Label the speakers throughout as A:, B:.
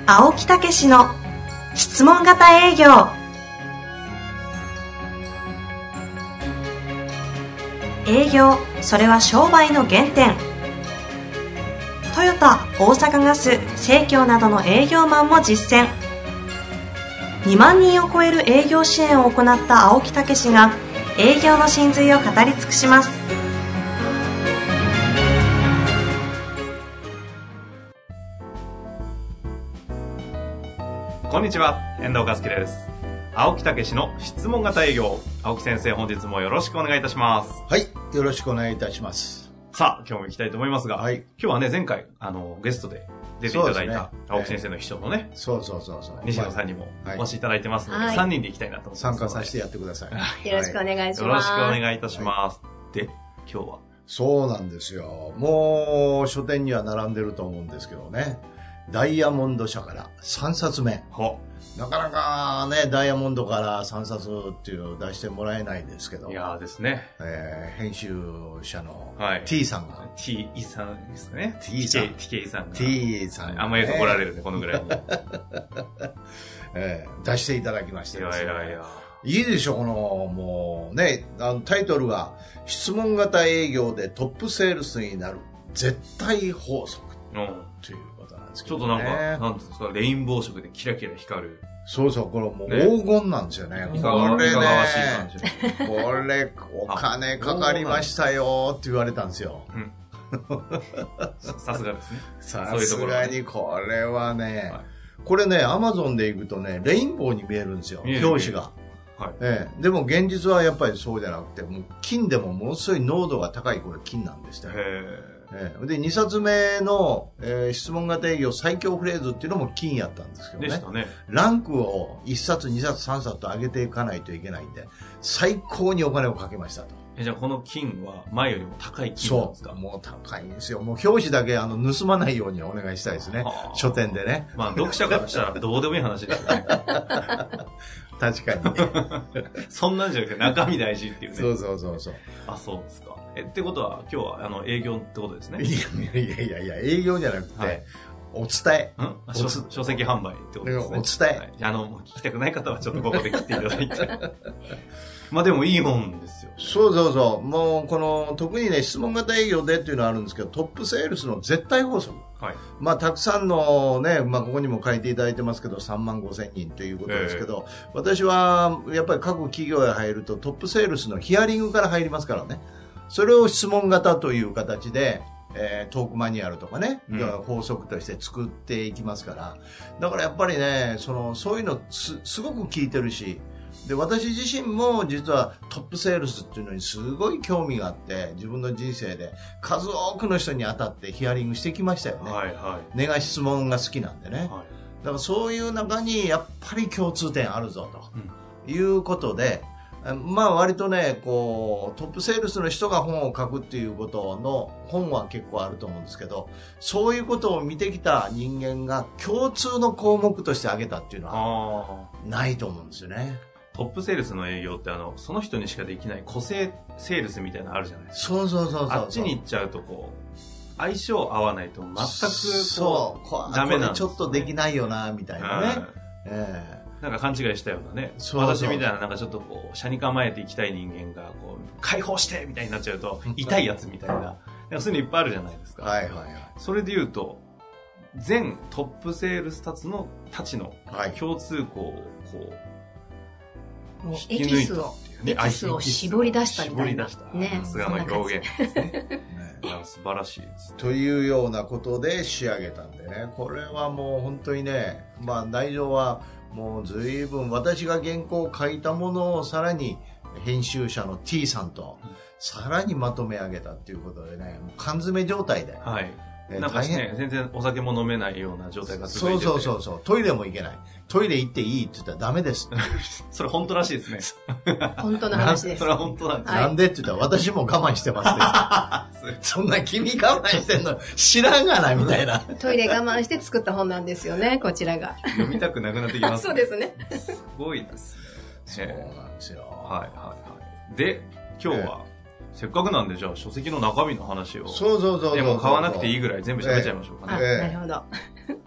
A: 青木武の質問型営業。営業、それは商売の原点。トヨタ、大阪ガス、生協などの営業マンも実践。2万人を超える営業支援を行った青木武が営業の真髄を語り尽くします。
B: こんにちは、遠藤和樹です。青木武の質問型営業。青木先生、本日もよろしくお願いいたします。
C: はい、よろしくお願いいたします。
B: さあ、今日も行きたいと思いますが、
C: はい、
B: 今日はね、前回ゲストで出ていただいた青木先生の秘書のね、
C: そう
B: 西野さんにもお越しいただいてますので、
D: はい、
B: 3人で行きたいなと思います。
C: 参加させてやってください。
D: よろしくお願いします。
B: よろしくお願いいたします。はい、で、今日は
C: そうなんですよ。もう書店には並んでると思うんですけどね、ダイヤモンド社から3冊目。なかなかね、ダイヤモンドから3冊っていうのを出してもらえないですけど。
B: いやーですね。
C: 編集者の
B: T
C: さんが。
B: T さんですね。
C: T さん。
B: TK さんが。
C: T さん、ね。
B: あんまり言うと怒られるね、このぐらいに。
C: 出していただきましてですね。
B: い
C: いでしょ、この、もうね、タイトルが、質問型営業でトップセールスになる絶対法則。ということなんですけど、ね。
B: ちょっとなんか、なんですか、レインボー色でキラキラ光る。
C: そうそう、これもう黄金なんですよね。
B: いかがわしい感
C: じ。これ、お金かかりましたよって言われたんですよ。
B: さすがですね。
C: さすがにこれはね、これね、アマゾンで行くとね、レインボーに見えるんですよ、表紙が。でも現実はやっぱりそうじゃなくて、もう金でもものすごい濃度が高いこれ金なんですね。で、2冊目の、質問型営業最強フレーズっていうのも金やったんですけどね。
B: でしたね。
C: ランクを1冊、2冊、3冊と上げていかないといけないんで、最高にお金をかけましたと。
B: じゃあこの金は前よりも高い金なんですか？
C: そう、もう高いんですよ。もう表紙だけ盗まないようにお願いしたいですね。書店でね。
B: まあ読者からしたらどうでもいい話ですよね。
C: 確かに。
B: そんなんじゃなくて中身大事っていうね。
C: そう。
B: あ、そうですか。ってことは今日は営業ってことですね。
C: いや、営業じゃなくて、お伝え。
B: 書籍販売ってことですね。
C: お伝え。
B: 聞きたくない方はちょっとここで切っていただいて。まあでもいい本ですよ。
C: そう。もうこの特にね、質問型営業でっていうのはあるんですけど、トップセールスの絶対法則。まあたくさんのね、まあここにも書いていただいてますけど、35,000人ということですけど、私はやっぱり各企業へ入るとトップセールスのヒアリングから入りますからね。それを質問型という形で、トークマニュアルとかね、法則として作っていきますから。だからやっぱりね、そういうのすごく聞いてるし、で、私自身も実はトップセールスっていうのにすごい興味があって、自分の人生で数多くの人に当たってヒアリングしてきましたよね。根が質問が好きなんでね。だからそういう中にやっぱり共通点あるぞということで、まあ割とね、こうトップセールスの人が本を書くっていうことの本は結構あると思うんですけど、そういうことを見てきた人間が共通の項目として挙げたっていうのはないと思うんですよね。
B: トップセールスの営業ってその人にしかできない個性セールスみたいなのあるじゃないですか。
C: そう。
B: あっちに行っちゃうとこう相性合わないと全くこうダメなんです、
C: ちょっとできないよなみたいなね。
B: なんか勘違いしたようなね。私みたいななんかちょっとこう車に構えていきたい人間がこう解放してみたいになっちゃうと痛いやつみたいな。なんかそういうのいっぱいあるじゃないですか。それで言うと全トップセールスたちの共通項をこう
D: エキスを絞り出したみたいな。
B: さすがの表現ですね。素晴らしいです、ね。
C: というようなことで仕上げたんでね。これはもう本当にね、まあ内容はもう随分私が原稿を書いたものをさらに編集者の T さんとさらにまとめ上げたっていうことでね、もう缶詰状態で。
B: なんかね、全然お酒も飲めないような状態が続いてて。
C: そう。トイレも行けない。トイレ行っていいって言ったらダメです。
B: それ本当らしいですね。
D: 本当の話です。
B: それは本当なんです。
C: なんでって言ったら私も我慢してますね。そんな君我慢してんの知らんがなみたいな。
D: トイレ我慢して作った本なんですよね、こちらが。
B: 読みたくなくなってきます、
D: そうですね。
B: すごいですね。
C: そうなんですよ。
B: で、今日は、せっかくなんでじゃあ書籍の中身の話を。
C: そう。
B: でも買わなくていいぐらい全部喋っちゃいましょうかね。
D: なるほど。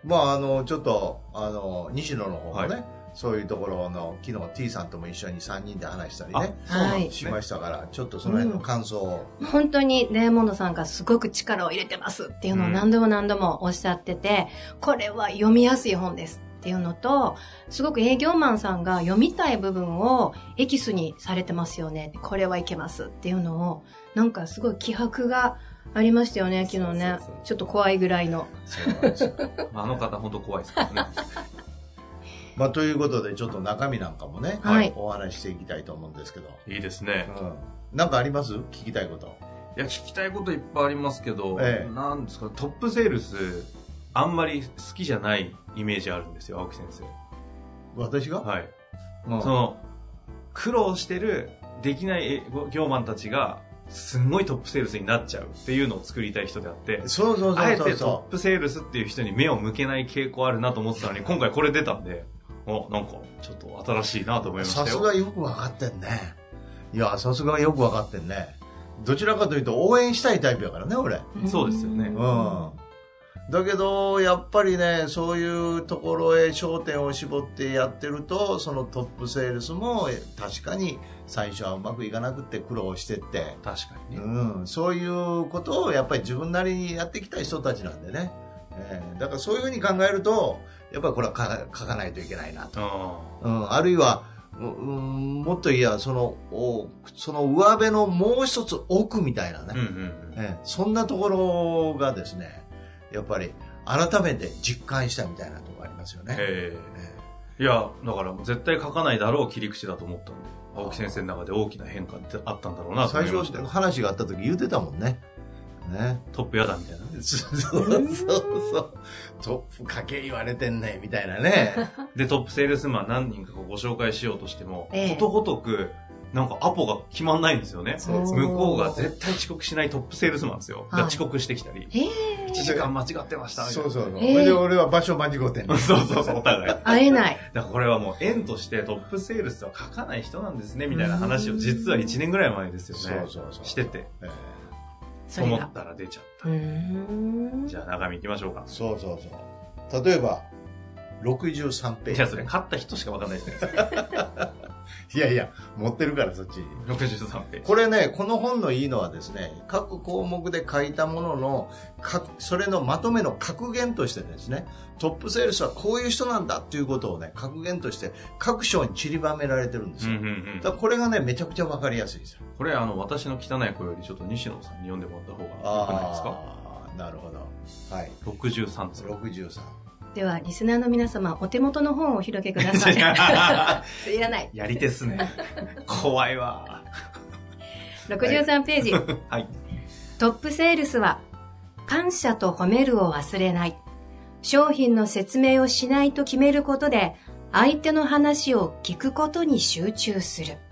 C: まあ、ちょっと、西野の方もね、はい、そういうところの、昨日 T さんとも一緒に3人で話したりね、
D: はい、
C: しましたから、ちょっとその辺の感想を。
D: 本当にレーモンドさんがすごく力を入れてますっていうのを何度も何度もおっしゃってて、これは読みやすい本ですっていうのと、すごく営業マンさんが読みたい部分をエキスにされてますよね。これはいけますっていうのを、なんかすごい気迫がありましたよね、昨日ね。ちょっと怖いぐらいの。
C: そうなんですよ。
B: あの方本当怖いですからね。
C: まあ、ということで、ちょっと中身なんかもね、はい、お話ししていきたいと思うんですけど。
B: いいですね。
C: なんかあります？聞きたいこと。
B: いや、聞きたいこといっぱいありますけど、なんですか、トップセールス、あんまり好きじゃないイメージあるんですよ、青木先生。
C: 私が？
B: はい。苦労してる、できない業マンたちが、すんごいトップセールスになっちゃうっていうのを作りたい人であって、
C: そう
B: あえてトップセールスっていう人に目を向けない傾向あるなと思ってたのに、今回これ出たんで、なんかちょっと新しいなと思いましたよ。
C: さすがよく分かってんね。いや、さすがよく分かってんね。どちらかというと応援したいタイプやからね、俺。
B: そうですよね。
C: だけど、やっぱりね、そういうところへ焦点を絞ってやってると、そのトップセールスも確かに最初はうまくいかなくて苦労してって。
B: 確かにね。
C: そういうことをやっぱり自分なりにやってきた人たちなんでね。だからそういうふうに考えると、やっぱりこれは書かないといけないなと。あるいは、もっと言えばその上辺のもう一つ奥みたいなね、そんなところがですね、やっぱり改めて実感したみたいなところありますよね。
B: いや、だから絶対書かないだろう切り口だと思ったんで、青木先生の中で大きな変化ってあったんだろうなと思いましたよ。
C: 最初話があった時言ってたもんね。
B: トップやだみたいなね。
C: そうトップ書け言われてんねみたいなね。
B: で、トップセールスマン何人かご紹介しようとしても、ことごとくなんかアポが決まんないんですよね。向こうが絶対遅刻しないトップセールスマンですよ。が遅刻してきたり、1時間間違ってましたみたいな。
C: それで俺は場所間違ってんの。
B: そうお互い。
D: 会えない。
B: だからこれはもう縁としてトップセールスは書かない人なんですねみたいな話を実は1年ぐらい前ですよね。してて。と思ったら出ちゃった。じゃあ中身行きましょうか。
C: そう例えば63ページ。
B: いや、それ買った人しか分かんないじゃないですか。
C: いや持ってるからそっち。
B: 63ページ。
C: これね、この本のいいのはですね、各項目で書いたもののそれのまとめの格言としてですね、トップセールスはこういう人なんだっていうことをね、格言として各章に散りばめられてるんですよ。だからこれがね、めちゃくちゃ分かりやすいですよ。
B: これ私の汚い声よりちょっと西野さんに読んでもらった方が良くないですか？
C: なるほど。はい。
B: 63です。
C: 63。
D: では、リスナーの皆様、お手元の本をお広げください。いらない。
B: やり手っすね。怖いわ。
D: 63ページ。
B: はい。
D: トップセールスは、感謝と褒めるを忘れない。商品の説明をしないと決めることで、相手の話を聞くことに集中する。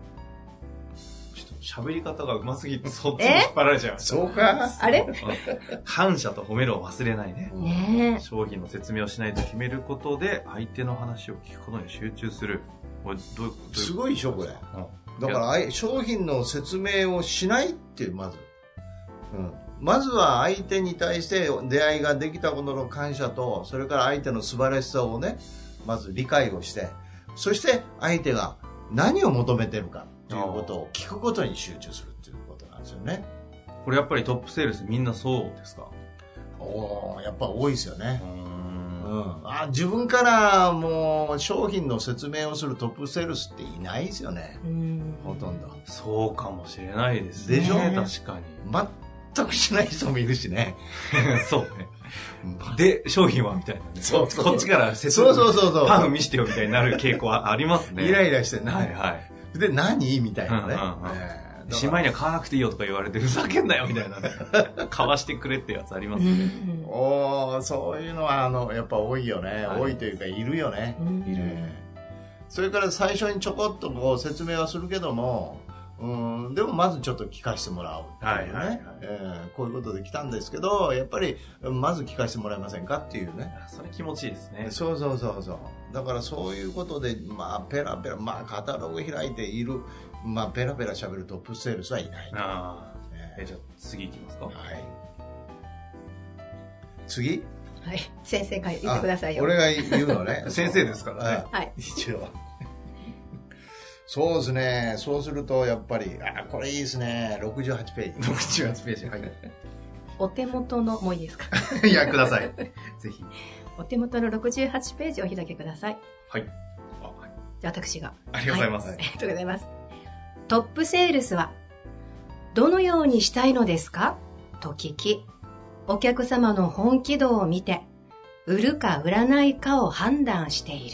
B: 喋り方が上手すぎてそっちに引っ張られちゃいました。
C: そうか。
D: あれ？
B: 感謝と褒めるを忘れないね。
D: ねえ。
B: 商品の説明をしないと決めることで相手の話を聞くことに集中する。これどういうこと？
C: すごいでしょこれ。だから商品の説明をしないっていうまず、まずは相手に対して出会いができたことの感謝と、それから相手の素晴らしさをね、まず理解をして、そして相手が何を求めてるか。ということを聞くことに集中するっていうことなんですよね。
B: これやっぱりトップセールスみんなそうですか？
C: やっぱ多いですよね。自分からもう商品の説明をするトップセールスっていないですよね。ほとんど。
B: そうかもしれないですね。
C: でしょ？
B: 確かに。
C: 全くしない人もいるしね。
B: そうね。で、商品はみたいなね。こっちから
C: 説明、
B: パン見してよみたいになる傾向はありますね。
C: イライラしてね。
B: はいはい。
C: で、何みたいなね。
B: しまいには買わなくていいよとか言われて、ふざけんなよみたいなね。買わしてくれってやつありますね。
C: そういうのは、やっぱ多いよね。多いというか、いるよね。いる。それから最初にちょこっとこう説明はするけども、でもまずちょっと聞かせてもらおうっていうね。こういうことで来たんですけど、やっぱりまず聞かせてもらえませんかっていうね。
B: それ気持ちいいですね。
C: そうだからそういうことで、ペラペラ、カタログ開いている、ペラペラ喋るトップセールスはいない。
B: じゃあ次いきますか。
C: はい。次
D: はい。先生が言ってくださいよ。
C: 俺が言うのね。
B: 先生ですからね。
D: はい。
C: 一応。そうですね。そうすると、やっぱり、これいいですね。68ページ。
B: 68ページ。はい。
D: お手元の、もういいですか？
B: いや、ください。ぜひ。
D: お手元の68ページをお開きください。
B: はい。
D: じゃあ私が。
B: ありがとうございます。
D: ありがとうございます。トップセールスは、どのようにしたいのですかと聞き、お客様の本気度を見て、売るか売らないかを判断している。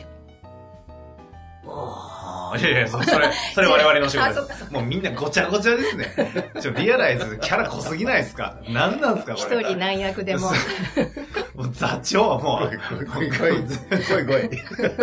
B: いやいや、それ我々の仕事です。もうみんなごちゃごちゃですね。リアライズキャラ濃すぎないですか？何なんですかこれ。
D: 一人何役でも。
B: もう座長はもう。
C: 来い。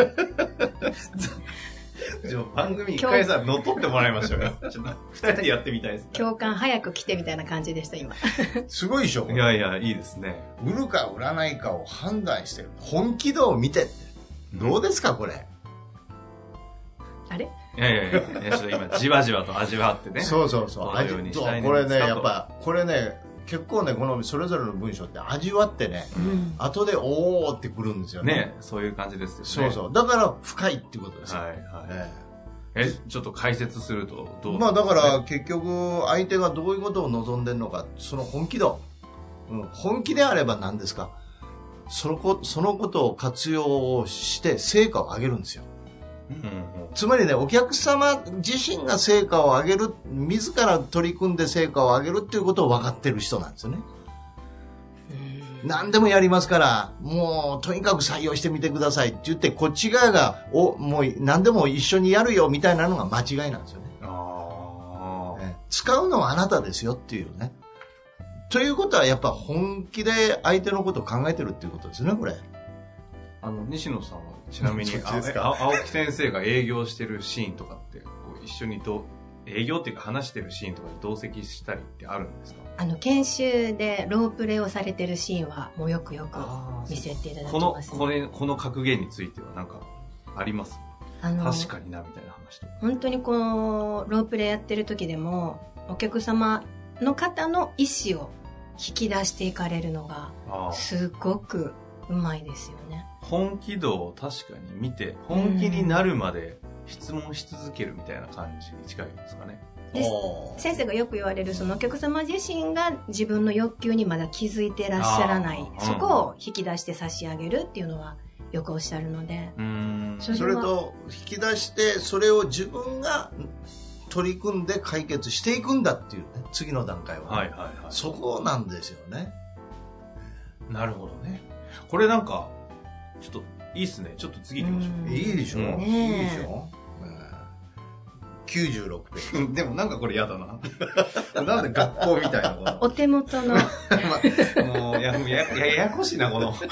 B: 番組一回乗っ取ってもらいましょうよ。二人でやってみたいです。
D: 共感早く来てみたいな感じでした、今。
C: すごいでしょ？
B: いやいや、いいですね。
C: 売るか売らないかを判断してる。本気度を見てって。どうですか、これ。
D: あれ？
B: いや、ちょっと今、じわじわと味わってね。
C: そう。
B: こ
C: れね、やっぱ、これね、結構ね、このそれぞれの文章って味わってね、後でおーってくるんですよね。
B: ね、そういう感じですよね。
C: そう。だから深いっていうことですよ。
B: ちょっと解説するとどう？
C: まあだから結局、相手がどういうことを望んでるのか、その本気度。本気であれば何ですか？そのことを活用して成果を上げるんですよ。つまりね、お客様自身が成果を上げる、自ら取り組んで成果を上げるっていうことを分かってる人なんですよね。何でもやりますから、もうとにかく採用してみてくださいって言って、こっち側がもう何でも一緒にやるよみたいなのが間違いなんですよね。使うのはあなたですよっていうね。ということはやっぱ本気で相手のことを考えてるっていうことですね、これ。
B: 西野さんはちなみに青木先生が営業してるシーンとかってこう一緒に営業っていうか話してるシーンとかで同席したりってあるんですか？
D: 研修でロープレイをされてるシーンはもうよく見せていただきますね。
B: この格言については何かあります？確かになみたいな話とか。
D: 本当にこのロープレイやってる時でもお客様の方の意思を引き出していかれるのがすごくうまいですよね。
B: 本気度を確かに見て本気になるまで質問し続けるみたいな感じに近いんですかね。
D: で先生がよく言われるそのお客様自身が自分の欲求にまだ気づいてらっしゃらない、そこを引き出して差し上げるっていうのはよくおっしゃるので、
C: それと引き出してそれを自分が取り組んで解決していくんだっていうね、次の段階は、そこなんですよね。
B: なるほどね。これなんかちょっといいっすね。ちょっと次行きましょう。
C: いいでしょ、いいでしょ。96ページ。
B: でもなんかこれ嫌だな。なんで学校みたいなこの。
D: お手元の。
B: もうややこしいな、この。はい。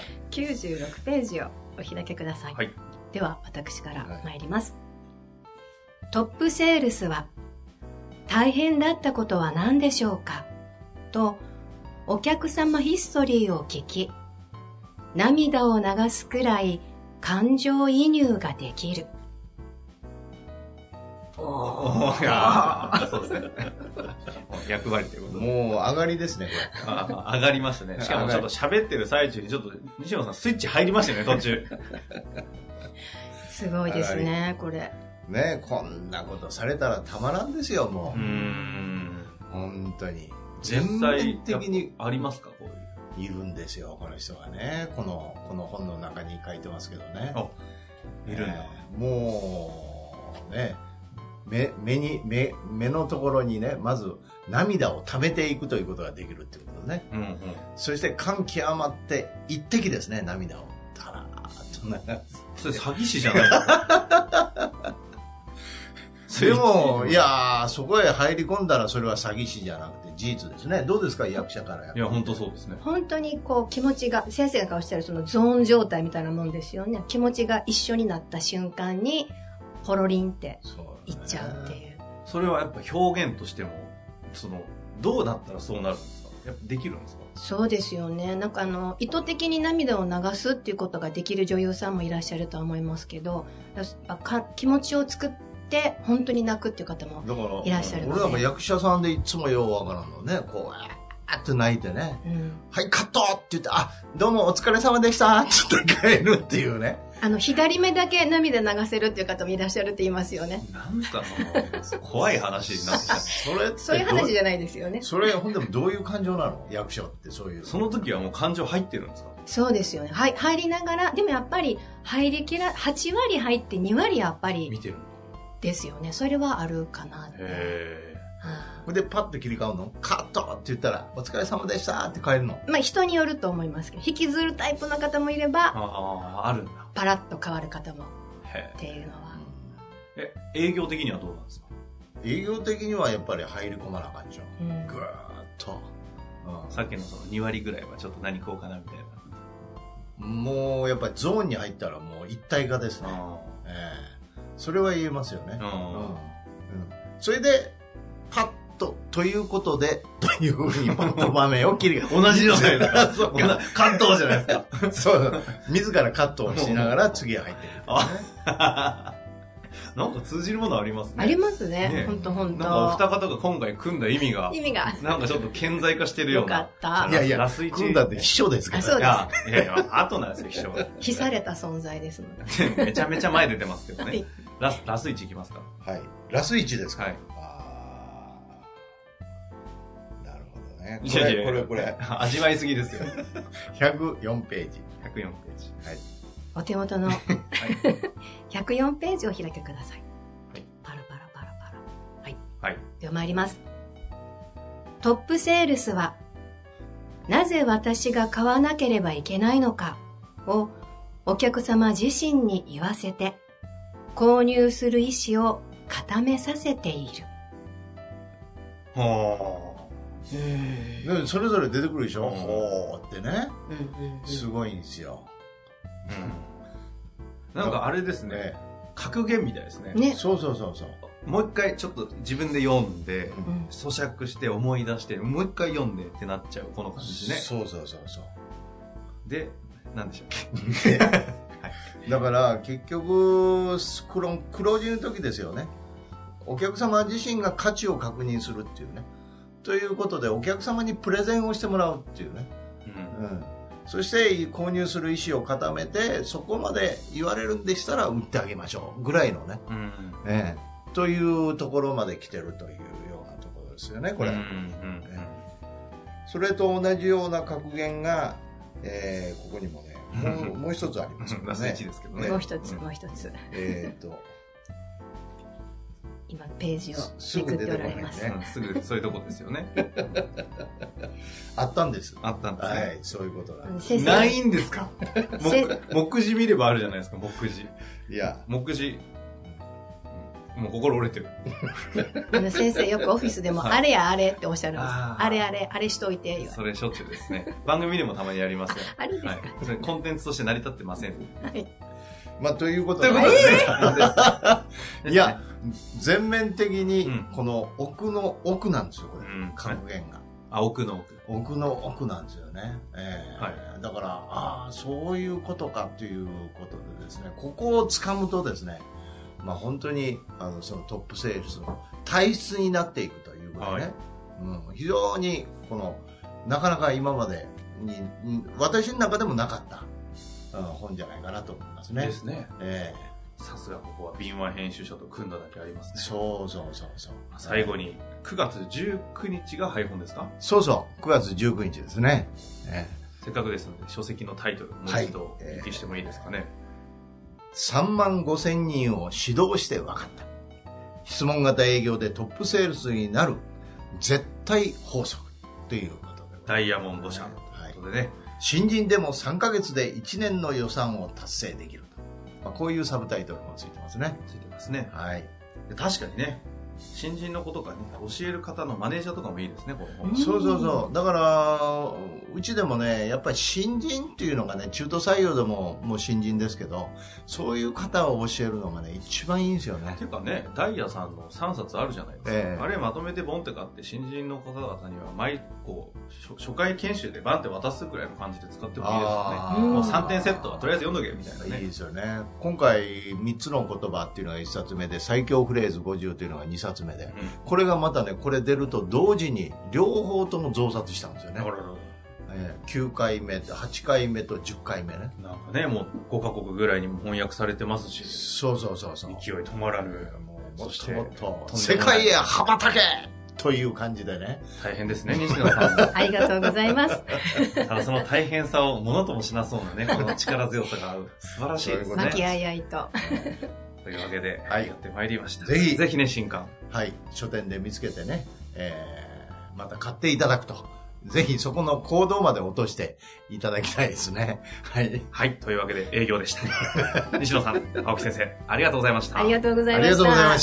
D: 96ページをお開けください。
B: はい。
D: では、私から参ります。トップセールスは、大変だったことは何でしょうかと、お客様ヒストリーを聞き、涙を流すくらい感情移入ができる。
B: そうですね。役割ということで。
C: もう上がりですね、
B: これ。上がりましたね。しかもちょっと喋ってる最中にちょっと西野さんスイッチ入りましたよね、途中。
D: すごいですね、これ。
C: ね、こんなことされたらたまらんですよ、もう。本当に。
B: 全面的にありますか、こういう。
C: いるんですよ、この人がね。この本の中に書いてますけどね。
B: いるんだ。
C: もう、ね、目のところにね、まず涙を溜めていくということができるっていうことね。そして感極まって一滴ですね、涙を。たらーっと流す。
B: それ詐欺師じゃないですか。
C: でも、いやー、そこへ入り込んだらそれは詐欺師じゃなくて事実ですね。どうですか、役者から。
B: いや、本当そうですね。
D: 本当にこう気持ちが、先生がおっしゃるそのゾーン状態みたいなもんですよね。気持ちが一緒になった瞬間に、ポロリンっていっちゃうっていう。
B: それはやっぱ表現としても、どうなったらそうなるんですか？やっぱできるんですか？
D: そうですよね。なんか意図的に涙を流すっていうことができる女優さんもいらっしゃるとは思いますけど、気持ちを作って本当に泣くっていう方もいらっしゃるので。
C: 俺なんか役者さんでいつもようわからんのね、こうーっと泣いてね、はい、カットって言って、どうもお疲れ様でしたって言って帰るっていうね。
D: 左目だけ涙流せるっていう方もいらっしゃるって言いますよね。
B: なんか怖い話になってきた。
D: そういう話じゃないですよね。
C: それ、ほんでもどういう感情なの？役所ってそういう。
B: その時はもう感情入ってるんですか？
D: そうですよね。はい、入りながら、でもやっぱり8割入って2割やっぱり。
B: 見てる
D: ですよね。それはあるかなって。
C: で、パッと切り替わるの？カットって言ったら、お疲れ様でしたって帰るの？
D: 人によると思いますけど、引きずるタイプの方もいれば、
B: あるんだ。
D: パラッと変わる方も。っていうのは。
B: 営業的にはどうなんですか？
C: 営業的にはやっぱり入り込まな感じ。ぐーっと。
B: さっきのその2割ぐらいはちょっと何食おうかなみたい
C: な。もうやっぱりゾーンに入ったらもう一体化ですね。それは言えますよね。それで、パッと、ということで、というふうにパッと場面を切り替え
B: 同じじゃないですか。カットじゃないですか。
C: そう。自らカットをしながら次へ入っていく、ね。
B: なんか通じるものありますね。
D: ありますね。ほんと。
B: なんかお二方が今回組んだ意味が。なんかちょっと顕在化してるような。
D: よかった。
C: いや、組んだって秘書ですから。
D: そうです。
B: いや、後なんですよ、秘書。
D: 秘された存在ですの
B: で。めちゃめちゃ前出てますけどね。ラス1いきますか？
C: はい。ラス1ですか？はい。これ。
B: 味わいすぎですよ。
C: 104ページ。
B: 104ページ。
C: はい。
D: お手元の104ページを開いてください。
B: はい。
D: パラ。はい。
B: はい。
D: では参ります。トップセールスは、なぜ私が買わなければいけないのかをお客様自身に言わせて、購入する意思を固めさせている。
C: それぞれ出てくるでしょ、ほーってね、すごいんですよ、
B: なんかあれですね、格言みたいですね。
C: そう
B: もう一回ちょっと自分で読んで、咀嚼して思い出してもう一回読んでってなっちゃうこの感じね。
C: そう
B: で、なんでしょ
C: うだから結局黒字の時ですよね。お客様自身が価値を確認するっていうね、ということでお客様にプレゼンをしてもらうっていうね、そして購入する意思を固めて、そこまで言われるんでしたら売ってあげましょうぐらいのね、というところまで来てるというようなところですよね、これ。それと同じような格言が、ここにもね、もう一つありますけどね。
B: ですけどね。
D: もう一つ。今ページをめくっておられます。
B: すぐそういうとこですよね。
C: あったんです。
B: あったんですね。
C: はい、そういうことなんです。
B: ないんですか？目次見ればあるじゃないですか、目次。
C: いや、
B: 目次。もう心折れて
D: る。先生よくオフィスでもあれやあれっておっしゃるんです。あれしといて。
B: それしょっちゅうですね。番組でもたまにやりますよ。
D: あるんですか？
B: それコンテンツとして成り立ってません。
C: はい。ということ
B: でね。
C: いや、全面的にこの奥の奥なんですよ、これ。格言が。
B: 奥の奥。
C: 奥の奥なんですよね。だから、そういうことかということでですね、ここを掴むとですね、本当にそのトップセールスの体質になっていくということでね、非常になかなか今までに私の中でもなかった本じゃないかなと思いますね。
B: ですね。さすがここは敏腕編集者と組んだだけありますね。
C: そう。
B: 最後に9月19日が配本ですか？
C: そう、9月19日ですね。
B: せっかくですので書籍のタイトルもう一度お聞きしてもいいですかね。
C: 3万5千人を指導して分かった。質問型営業でトップセールスになる絶対法則ということで。
B: ダイヤモンド社ということでね。
C: 新人でも3ヶ月で1年の予算を達成できると。こういうサブタイトルもついてますね。
B: ついてますね。
C: はい。
B: 確かにね、新人の子とかね、教える方のマネージャーとかもいいですね、この本。
C: そう。だから、うちでもね、やっぱり新人っていうのがね、中途採用でももう新人ですけど、そういう方を教えるのがね、一番いいんですよね。
B: っていうかね、ダイヤさんの3冊あるじゃないですか。あれまとめてボンって買って、新人の方々には初回研修でバンって渡すくらいの感じで使ってもいいですよね。もう3点セットはとりあえず読んどけみたいなね。
C: いいですよね。今回3つの言葉っていうのが1冊目で、最強フレーズ50というのが2 冊目で、これがまたね、これ出ると同時に両方とも増刷したんですよね。9回目、8回目と10回目ね。
B: なんかね、もう5カ国ぐらいにも翻訳されてますし。
C: そうそうそうそう。
B: 勢い止まらぬ。
C: もっともっと世界へ羽ばたけという感じでね。
B: 大変ですね、西野さん。
D: ありがとうございます。
B: ただその大変さをものともしなそうなね、この力強さが素晴らしいですね。
D: 和気あいあいと。
B: というわけで、やってまいりました。
C: ぜ
B: ひね、新刊。
C: はい、書店で見つけてね、また買っていただくと。ぜひそこの行動まで落としていただきたいですね。はい。
B: はい。というわけで営業でした。西野さん、青木先生、ありがとうございました。
D: ありがとうございました。
C: ありがとうございました。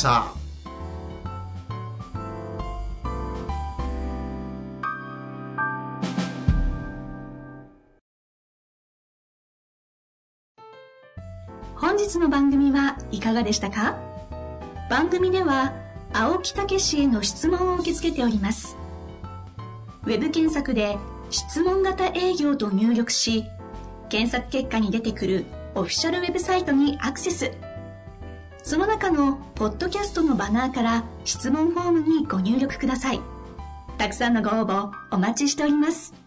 E: 本日の番組はいかがでしたか？番組では青木武氏への質問を受け付けております。ウェブ検索で質問型営業と入力し、検索結果に出てくるオフィシャルウェブサイトにアクセス。その中のポッドキャストのバナーから質問フォームにご入力ください。たくさんのご応募お待ちしております。